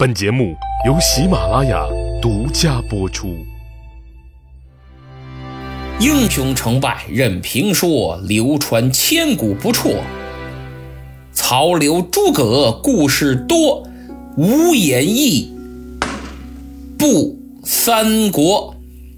本节目由喜马拉雅独家播出。 英雄成败任评说，流传千古不辍。曹刘诸葛故事多，无演义不三国。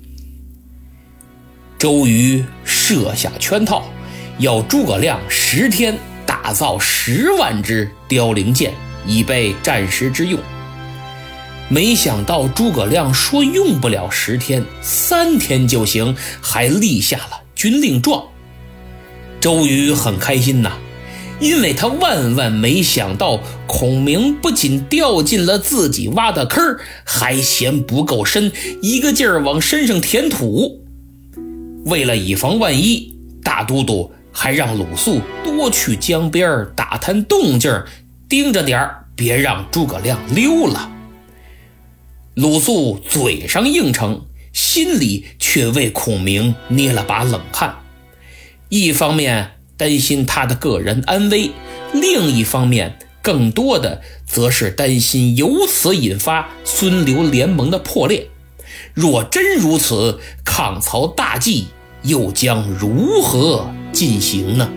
周瑜设下圈套，要诸葛亮10天打造10万支凋零箭，以备战时之用。没想到诸葛亮说用不了10天，3天就行，还立下了军令状。周瑜很开心呐，因为他万万没想到孔明不仅掉进了自己挖的坑，还嫌不够深，一个劲儿往身上填土。为了以防万一，大都督还让鲁肃多去江边打探动静，盯着点别让诸葛亮溜了。鲁肃嘴上应承，心里却为孔明捏了把冷汗。一方面担心他的个人安危，另一方面更多的则是担心由此引发孙刘联盟的破裂。若真如此，抗曹大计又将如何进行呢？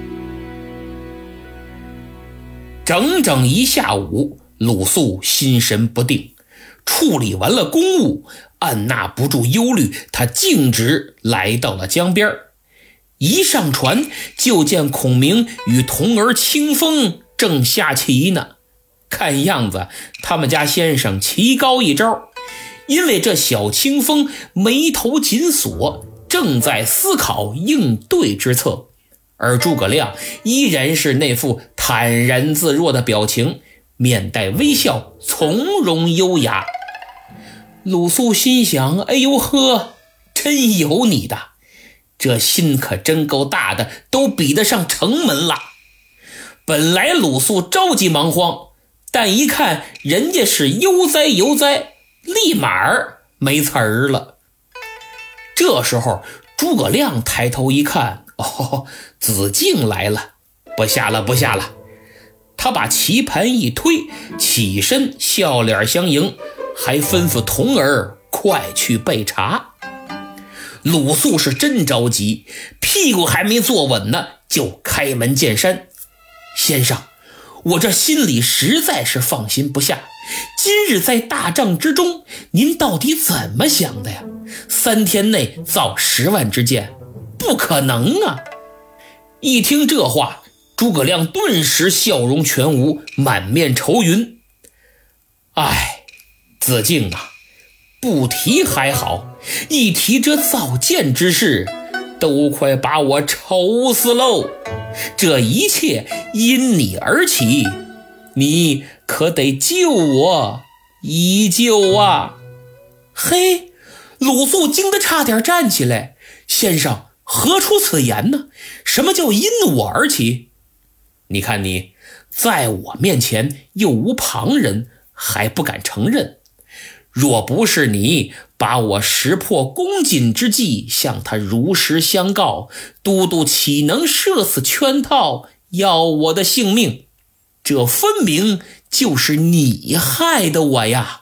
整整一下午，鲁肃心神不定，处理完了公务，按捺不住忧虑，他径直来到了江边。一上船，就见孔明与童儿清风正下棋呢。看样子他们家先生棋高一招，因为这小清风眉头紧锁，正在思考应对之策，而诸葛亮依然是那副坦然自若的表情，面带微笑，从容优雅。鲁肃心想，哎呦呵，真有你的，这心可真够大的，都比得上城门了。本来鲁肃着急忙慌，但一看人家是悠哉悠哉，立马没词儿了。这时候诸葛亮抬头一看，子敬来了，不下了不下了。他把棋盘一推，起身笑脸相迎，还吩咐童儿快去备茶。鲁肃是真着急，屁股还没坐稳呢，就开门见山：先生，我这心里实在是放心不下，今日在大帐之中，您到底怎么想的呀？3天内造10万支箭，不可能啊！一听这话，诸葛亮顿时笑容全无，满面愁云。哎，子敬啊，不提还好，一提这造箭之事，都快把我愁死喽。这一切因你而起，你可得救我一救啊！嘿，鲁肃惊得差点站起来，先生何出此言呢？什么叫因我而起？你看你在我面前又无旁人，还不敢承认。若不是你把我识破公瑾之计向他如实相告，都督岂能设此圈套要我的性命？这分明就是你害的我呀！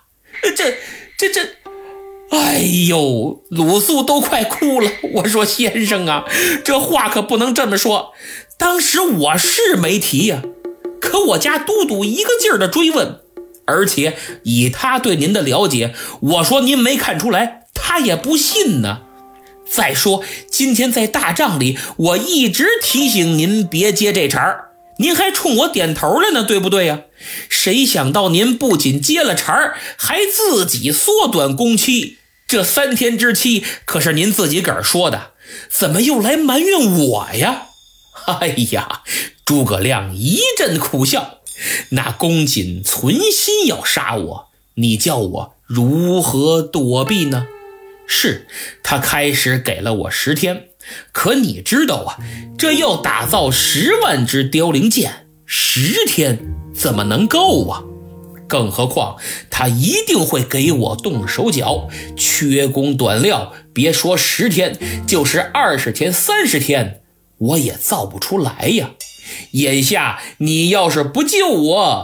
哎呦，鲁肃都快哭了。我说先生啊，这话可不能这么说，当时我是没提呀，可我家都督一个劲儿的追问，而且以他对您的了解，我说您没看出来，他也不信呢。再说今天在大帐里，我一直提醒您别接这茬，您还冲我点头了呢，对不对呀？谁想到您不仅接了茬，还自己缩短工期，这3天之期可是您自己个儿说的，怎么又来埋怨我呀？哎呀，诸葛亮一阵苦笑，那公瑾存心要杀我，你叫我如何躲避呢？是他开始给了我10天，可你知道啊，这要打造10万支凋零箭，10天怎么能够啊？更何况他一定会给我动手脚，缺工短料，别说10天，就是20天30天我也造不出来呀。眼下你要是不救我，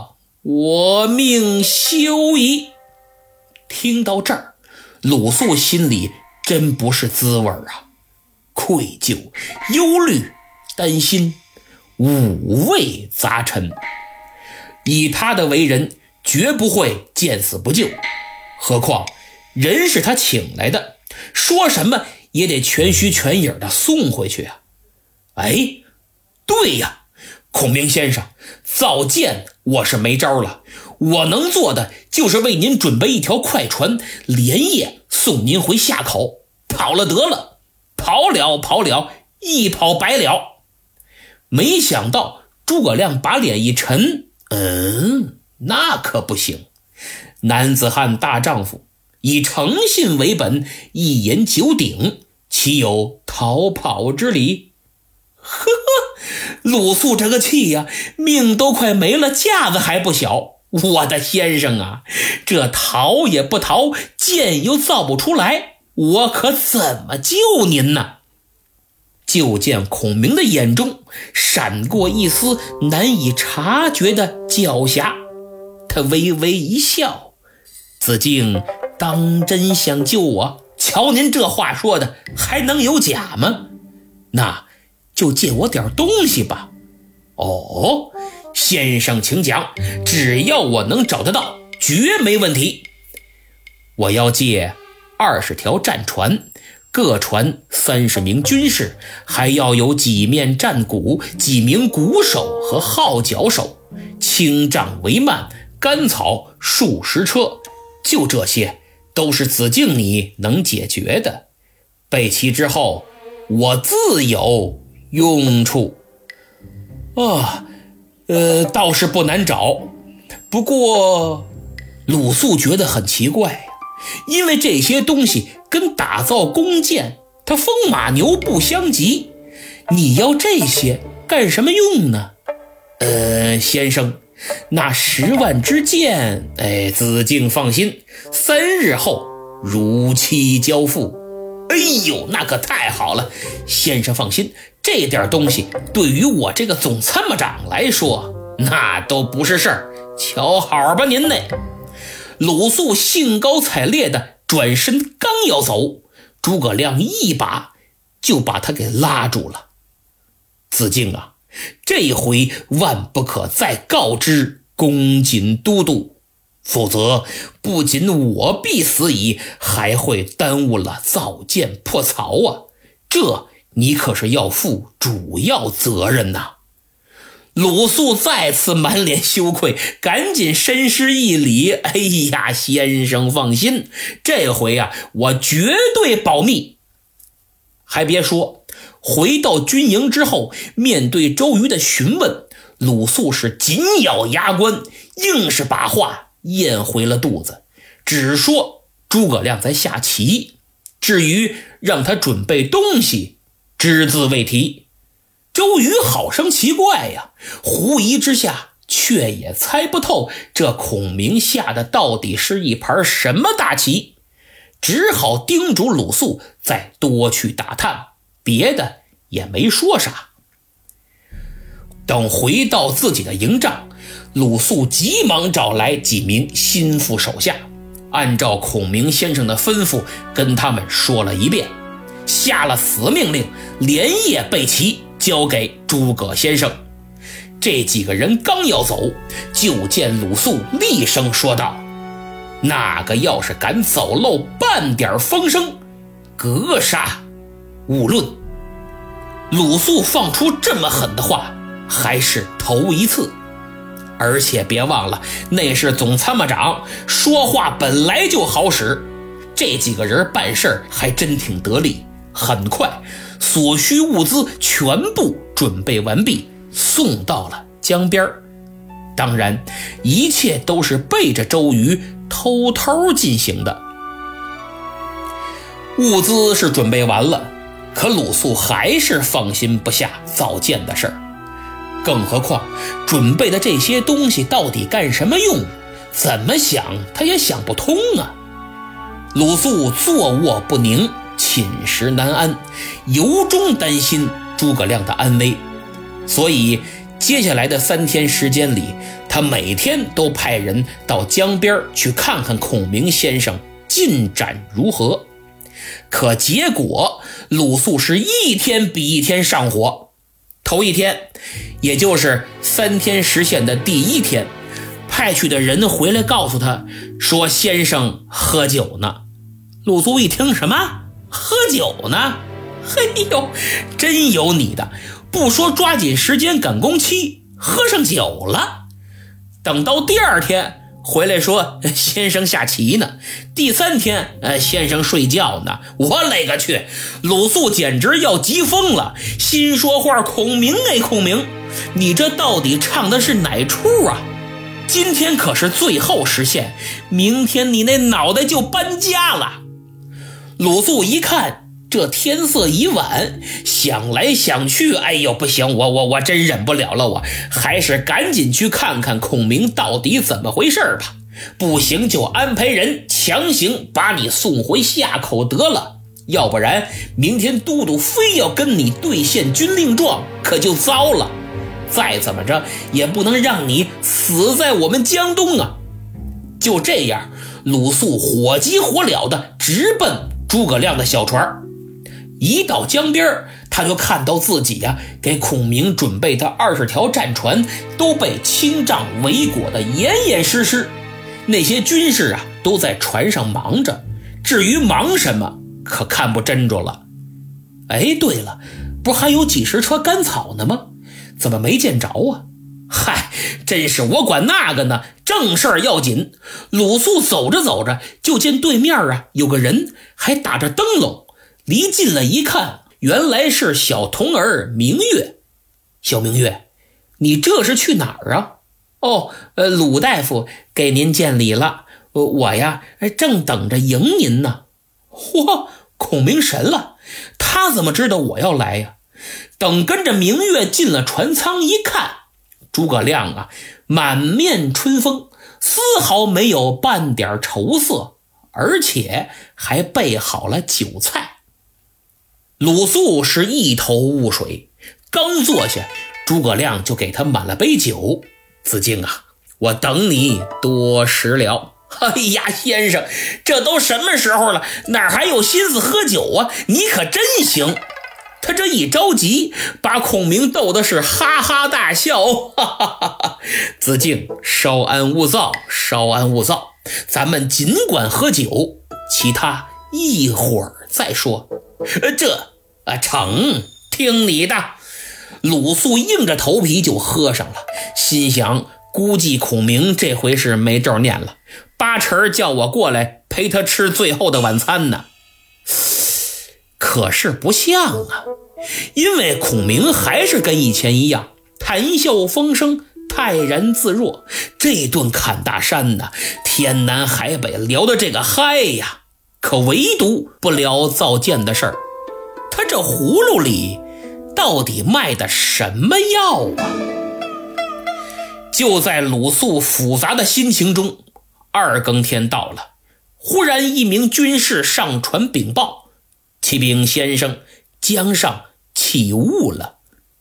我命休矣。听到这儿，鲁肃心里真不是滋味啊，愧疚、忧虑、担心，五味杂陈。以他的为人，绝不会见死不救，何况人是他请来的，说什么也得全虚全影的送回去啊。哎，对呀，孔明先生，造舰我是没招了，我能做的就是为您准备一条快船，连夜送您回夏口，跑了得了，跑了，一跑百了。没想到诸葛亮把脸一沉，那可不行，男子汉大丈夫，以诚信为本，一言九鼎，岂有逃跑之理？呵呵，鲁肃这个气呀，命都快没了，架子还不小。我的先生啊，这逃也不逃，剑又造不出来，我可怎么救您呢？就见孔明的眼中闪过一丝难以察觉的狡黠，他微微一笑：子敬当真想救我？瞧您这话说的，还能有假吗？那就借我点东西吧。哦，先生请讲，只要我能找得到，绝没问题。我要借20条战船，各船30名军士，还要有几面战鼓，几名鼓手和号角手，轻帐帷幔，干草数10车，就这些都是子敬你能解决的。备齐之后，我自有用处。倒是不难找，不过鲁肃觉得很奇怪呀，因为这些东西跟打造弓箭它风马牛不相及，你要这些干什么用呢？先生，那10万支箭，子敬放心，3日后如期交付。哎呦，那可太好了，先生放心，这点东西对于我这个总参谋长来说，那都不是事儿，瞧好吧您呢。鲁肃兴高采烈的转身刚要走，诸葛亮一把就把他给拉住了。子敬啊，这回万不可再告知公瑾都督，否则不仅我必死矣，还会耽误了造舰破曹啊，这你可是要负主要责任呐。鲁肃再次满脸羞愧，赶紧深施一礼：哎呀，先生放心，这回啊，我绝对保密。还别说，回到军营之后，面对周瑜的询问，鲁肃是紧咬牙关，硬是把话咽回了肚子，只说诸葛亮在下棋，至于让他准备东西，只字未提。周瑜好生奇怪呀，狐疑之下却也猜不透这孔明下的到底是一盘什么大棋，只好叮嘱鲁肃再多去打探，别的也没说啥。等回到自己的营帐，鲁肃急忙找来几名心腹手下，按照孔明先生的吩咐跟他们说了一遍，下了死命令，连夜备齐交给诸葛先生。这几个人刚要走，就见鲁肃厉声说道：那个要是敢走漏半点风声，格杀勿论。鲁肃放出这么狠的话还是头一次，而且别忘了，那是总参谋长，说话本来就好使。这几个人办事还真挺得力，很快所需物资全部准备完毕，送到了江边。当然一切都是背着周瑜偷偷进行的。物资是准备完了，可鲁肃还是放心不下造舰的事儿，更何况准备的这些东西到底干什么用，怎么想他也想不通啊。鲁肃坐卧不宁，寝食难安，由衷担心诸葛亮的安危，所以接下来的3天时间里， 他每天都派人到江边去看看孔明先生进展如何。可结果鲁肃是一天比一天上火。头一天，也就是3天实现的第1天，派去的人回来告诉他说先生喝酒呢。鲁肃一听，什么喝酒呢？嘿呦，真有你的，不说抓紧时间赶工期，喝上酒了。等到第2天回来说先生下棋呢，第3天先生睡觉呢。我勒个去，鲁肃简直要急疯了，心说话，孔明孔明，你这到底唱的是哪出啊？今天可是最后实现，明天你那脑袋就搬家了。鲁肃一看这天色已晚，想来想去，哎呦不行，我真忍不了了，我还是赶紧去看看孔明到底怎么回事吧。不行就安排人强行把你送回夏口得了，要不然明天都督非要跟你兑现军令状，可就糟了。再怎么着也不能让你死在我们江东啊。就这样，鲁肃火急火燎的直奔诸葛亮的小船。一到江边，他就看到自己给孔明准备的20条战船都被清障围裹得严严实实。那些军士都在船上忙着，至于忙什么可看不真着了。对了，不还有几十车干草呢吗？怎么没见着啊？嗨，真是我管那个呢，正事儿要紧。鲁肃走着走着，就见对面有个人还打着灯笼，离近了一看，原来是小童儿明月。小明月，你这是去哪儿啊？鲁大夫给您见礼了，我正等着迎您呢。嚯，孔明神了，他怎么知道我要来呀？等跟着明月进了船舱一看，诸葛亮满面春风，丝毫没有半点愁色，而且还备好了酒菜。鲁肃是一头雾水，刚坐下，诸葛亮就给他满了杯酒。子敬我等你多时了。哎呀，先生，这都什么时候了，哪还有心思喝酒啊？你可真行。他这一着急，把孔明逗的是哈哈大笑。哈哈哈哈。子敬，稍安勿躁，稍安勿躁，咱们尽管喝酒，其他一会儿再说。成，听你的。鲁肃硬着头皮就喝上了，心想估计孔明这回是没咒念了，八成叫我过来陪他吃最后的晚餐呢。可是不像因为孔明还是跟以前一样谈笑风生，泰然自若。这顿侃大山天南海北聊的这个嗨呀，可唯独不聊造舰的事儿。他这葫芦里到底卖的什么药啊？就在鲁肃复杂的心情中，2更天到了，忽然一名军士上船禀报，启禀先生，江上起雾了。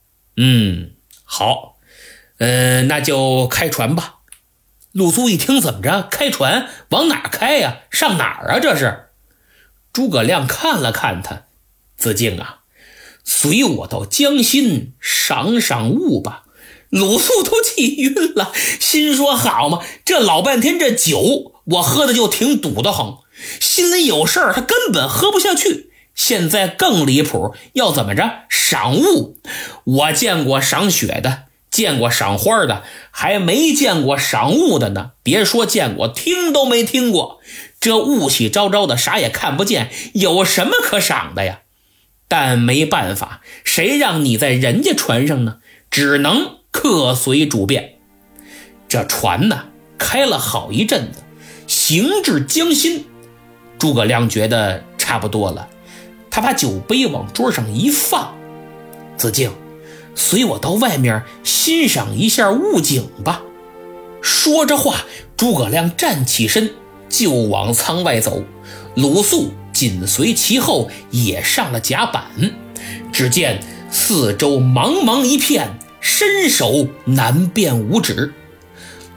好，那就开船吧。鲁肃一听，怎么着？开船往哪开呀？上哪儿啊？这是。诸葛亮看了看他，子敬随我到江心赏赏雾吧。鲁肃都气晕了，心说好嘛，这老半天这酒我喝的就挺堵得慌，心里有事儿他根本喝不下去。现在更离谱，要怎么着？赏雾。我见过赏雪的，见过赏花的，还没见过赏雾的呢。别说见过，听都没听过。这雾气昭昭的，啥也看不见，有什么可赏的呀？但没办法，谁让你在人家船上呢？只能客随主便。这船开了好一阵子，行至江心，诸葛亮觉得差不多了，他把酒杯往桌上一放，子敬，随我到外面欣赏一下雾景吧。说着话，诸葛亮站起身就往舱外走，鲁肃紧随其后也上了甲板。只见四周茫茫一片，伸手难辨五指。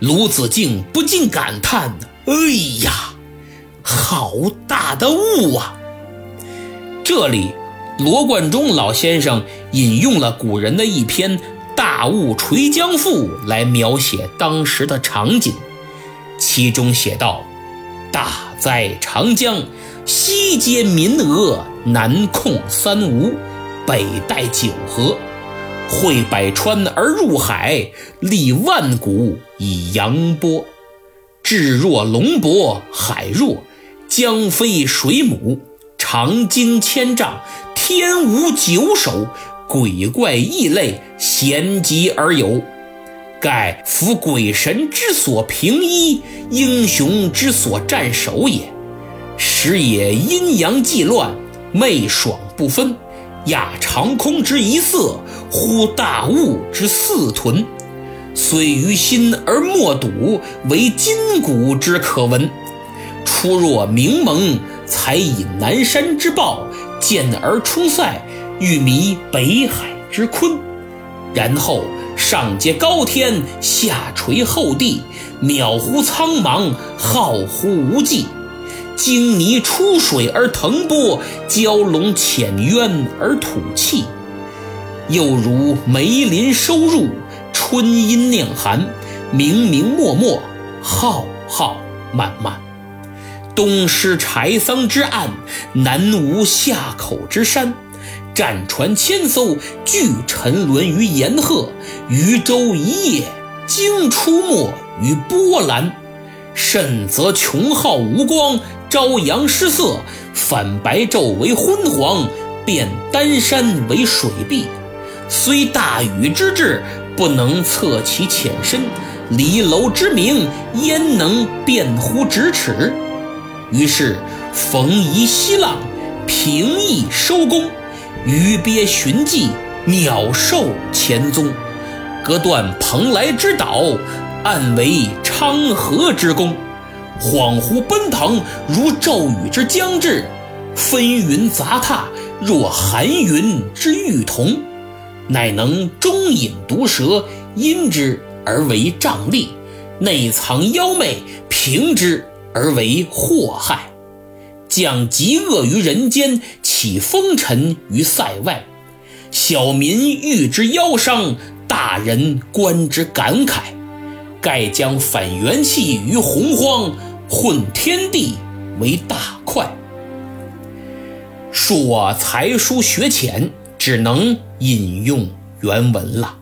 鲁子敬不禁感叹：哎呀，好大的雾啊！这里罗贯中老先生引用了古人的一篇《大雾垂江赋》来描写当时的场景，其中写道：大在长江，西接民俄，南控三吴，北带九河，汇百川而入海，立万古以扬波。志若龙伯，海若，江飞水母，长鲸千丈，天无九首，鬼怪异类，咸集而有。盖夫鬼神之所平一，英雄之所战守也。时也阴阳既乱，媚爽不分，亚长空之一色，忽大物之四屯，虽于心而莫睹，为今古之可闻。初若明蒙，才引南山之豹，见而冲塞，欲迷北海之鲲。然后上接高天，下垂厚地，渺乎苍茫，浩乎无际。鲸泥出水而腾波，蛟龙潜渊而吐气。又如梅林收入，春阴酿寒，明明漠漠，浩浩漫漫。东失柴桑之岸，南无夏口之山。战船千艘，俱沉沦于岩壑，渔舟一叶，惊出没于波澜。甚则穷浩无光，朝阳失色，反白昼为昏黄，变丹山为水碧。虽大禹之志，不能测其浅深，离楼之明，焉能辨乎咫尺？于是逢夷息浪，平易收工，鱼鳖寻迹，鸟兽潜踪。隔断蓬莱之岛，暗为昌河之功。恍惚奔腾，如骤雨之将至，纷云杂沓，若寒云之玉瞳。乃能中引毒蛇，因之而为瘴疠，内藏妖媚，平之而为祸害。降极恶于人间，起风尘于塞外。小民遇之夭伤，大人观之感慨。盖将反元气于洪荒，混天地为大块。恕我才疏学浅，只能引用原文了。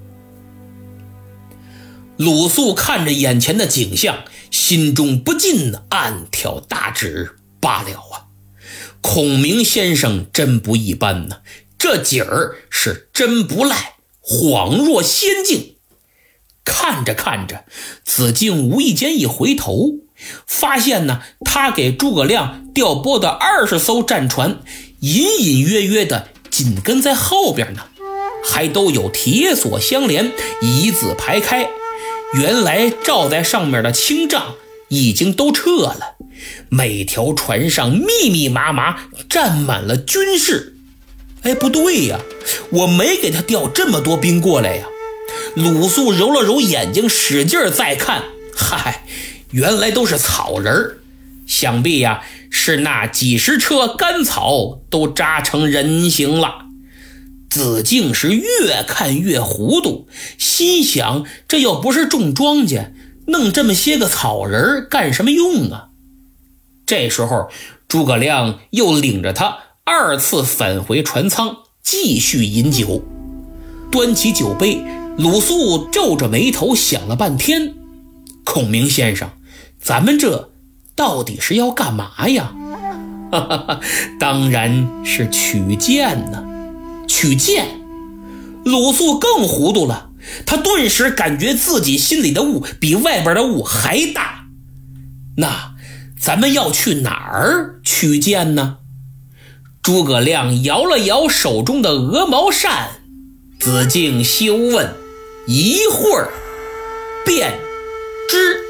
鲁肃看着眼前的景象，心中不禁暗挑大指，罢了啊，孔明先生真不一般呢，这景儿是真不赖，恍若仙境。看着看着，子敬无意间一回头，发现呢，他给诸葛亮调拨的20艘战船，隐隐约约的紧跟在后边呢，还都有铁索相连，一字排开。原来罩在上面的清障已经都撤了，每条船上密密麻麻站满了军士。哎，不对呀，我没给他调这么多兵过来呀。鲁肃揉了揉眼睛，使劲再看，嗨，原来都是草人，想必呀是那几十车干草都扎成人形了。子敬是越看越糊涂，心想这要不是种庄稼，弄这么些个草人干什么用啊？这时候诸葛亮又领着他2次返回船舱，继续饮酒。端起酒杯，鲁肃皱着眉头想了半天，孔明先生，咱们这到底是要干嘛呀？当然是取剑呢。取剑？鲁肃更糊涂了，他顿时感觉自己心里的雾比外边的雾还大。那咱们要去哪儿取剑呢？诸葛亮摇了摇手中的鹅毛扇，子敬休问，一会儿便知。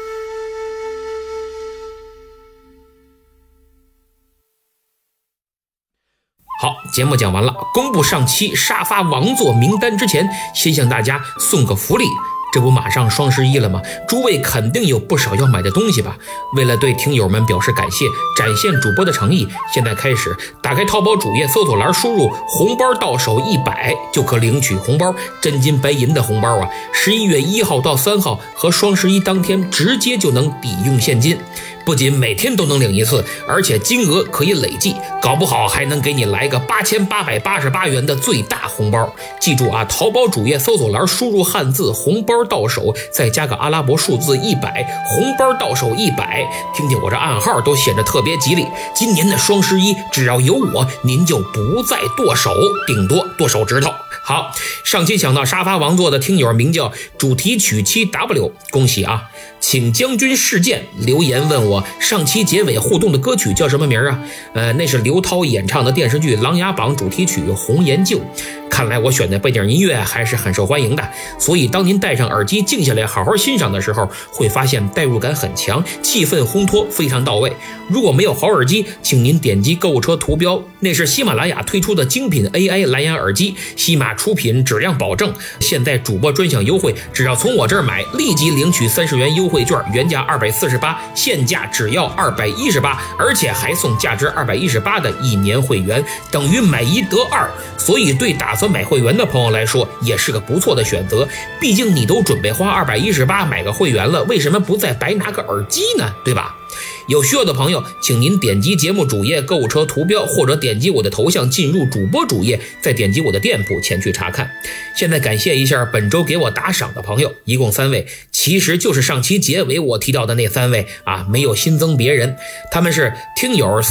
好，节目讲完了。公布上期沙发王座名单之前，先向大家送个福利， 这不马上双11了吗？诸位肯定有不少要买的东西吧？为了对听友们表示感谢，展现主播的诚意，现在开始打开淘宝主页搜索栏，输入红包到手100就可领取红包，真金白银的红包啊！11月1号到3号和双11当天直接就能抵用现金。不仅每天都能领一次，而且金额可以累计，搞不好还能给你来个8888元的最大红包。记住啊，淘宝主页搜索栏输入汉字红包到手，再加个阿拉伯数字100，红包到手100。听听我这暗号都显得特别吉利。今年的双11只要有我，您就不再剁手，顶多剁手指头。好，上期抢到沙发王座的听友名叫主题曲7W， 恭喜啊！请将军事件留言问我上期结尾互动的歌曲叫什么名啊？那是刘涛演唱的电视剧《琅琊榜》主题曲《红颜旧》。看来我选的背景音乐还是很受欢迎的，所以当您戴上耳机静下来好好欣赏的时候，会发现代入感很强，气氛烘托非常到位。如果没有好耳机，请您点击购物车图标，那是喜马拉雅推出的精品 AI 蓝牙耳机，喜马出品，质量保证。现在主播专享优惠，只要从我这儿买，立即领取30元优惠券，原价248，现价只要218，而且还送价值218的1年会员，等于买1得2。所以对打算买会员的朋友来说，也是个不错的选择。毕竟你都准备花218买个会员了，为什么不再白拿个耳机呢？对吧？有需要的朋友，请您点击节目主页购物车图标，或者点击我的头像进入主播主页，再点击我的店铺前去查看。现在感谢一下本周给我打赏的朋友，一共3位，其实就是上期结尾我提到的那3位啊，没有新增别人。他们是听友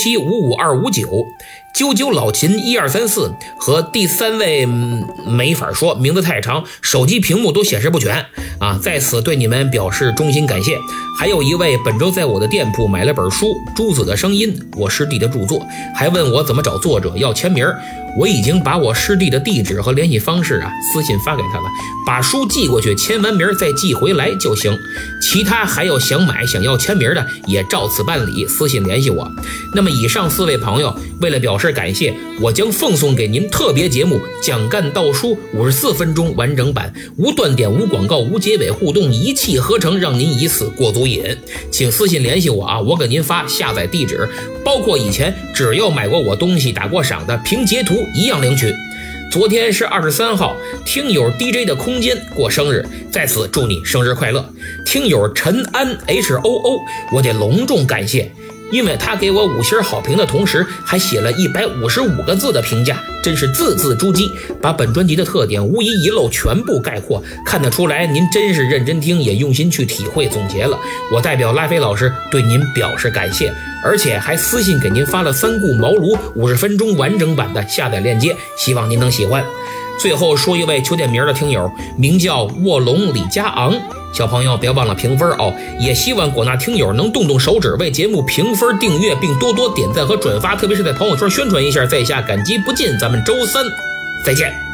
417555259、啾啾老秦1234和第3位没法说，名字太长，手机屏幕都显示不全啊，在此对你们表示衷心感谢。还有一位本周在我的店铺买了本书《朱子的声音》，我师弟的著作，还问我怎么找作者要签名。我已经把我师弟的地址和联系方式私信发给他了，把书寄过去，签完名再寄回来就行。其他还有想买想要签名的也照此办理，私信联系我。那么以上4位朋友，为了表示感谢，我将奉送给您特别节目《蒋干道书》54分钟完整版，无断点、无广告、无结尾互动，一气呵成，让您以此过足瘾。请私信联系我啊，我给您发下载地址，包括以前只要买过我东西打过赏的，凭截图一样领取。昨天是23号，听友 DJ 的空间过生日，在此祝你生日快乐。听友陈安 HOO， 我得隆重感谢，因为他给我5星好评的同时，还写了155个字的评价，真是字字珠玑，把本专辑的特点无一遗漏，全部概括。看得出来您真是认真听，也用心去体会总结了。我代表拉菲老师对您表示感谢，而且还私信给您发了三顾茅庐50分钟完整版的下载链接，希望您能喜欢。最后说一位求点名的听友，名叫卧龙李家昂，小朋友别忘了评分哦，也希望广大听友能动动手指为节目评分订阅，并多多点赞和转发，特别是在朋友圈宣传一下，在下感激不尽。咱们周3再见。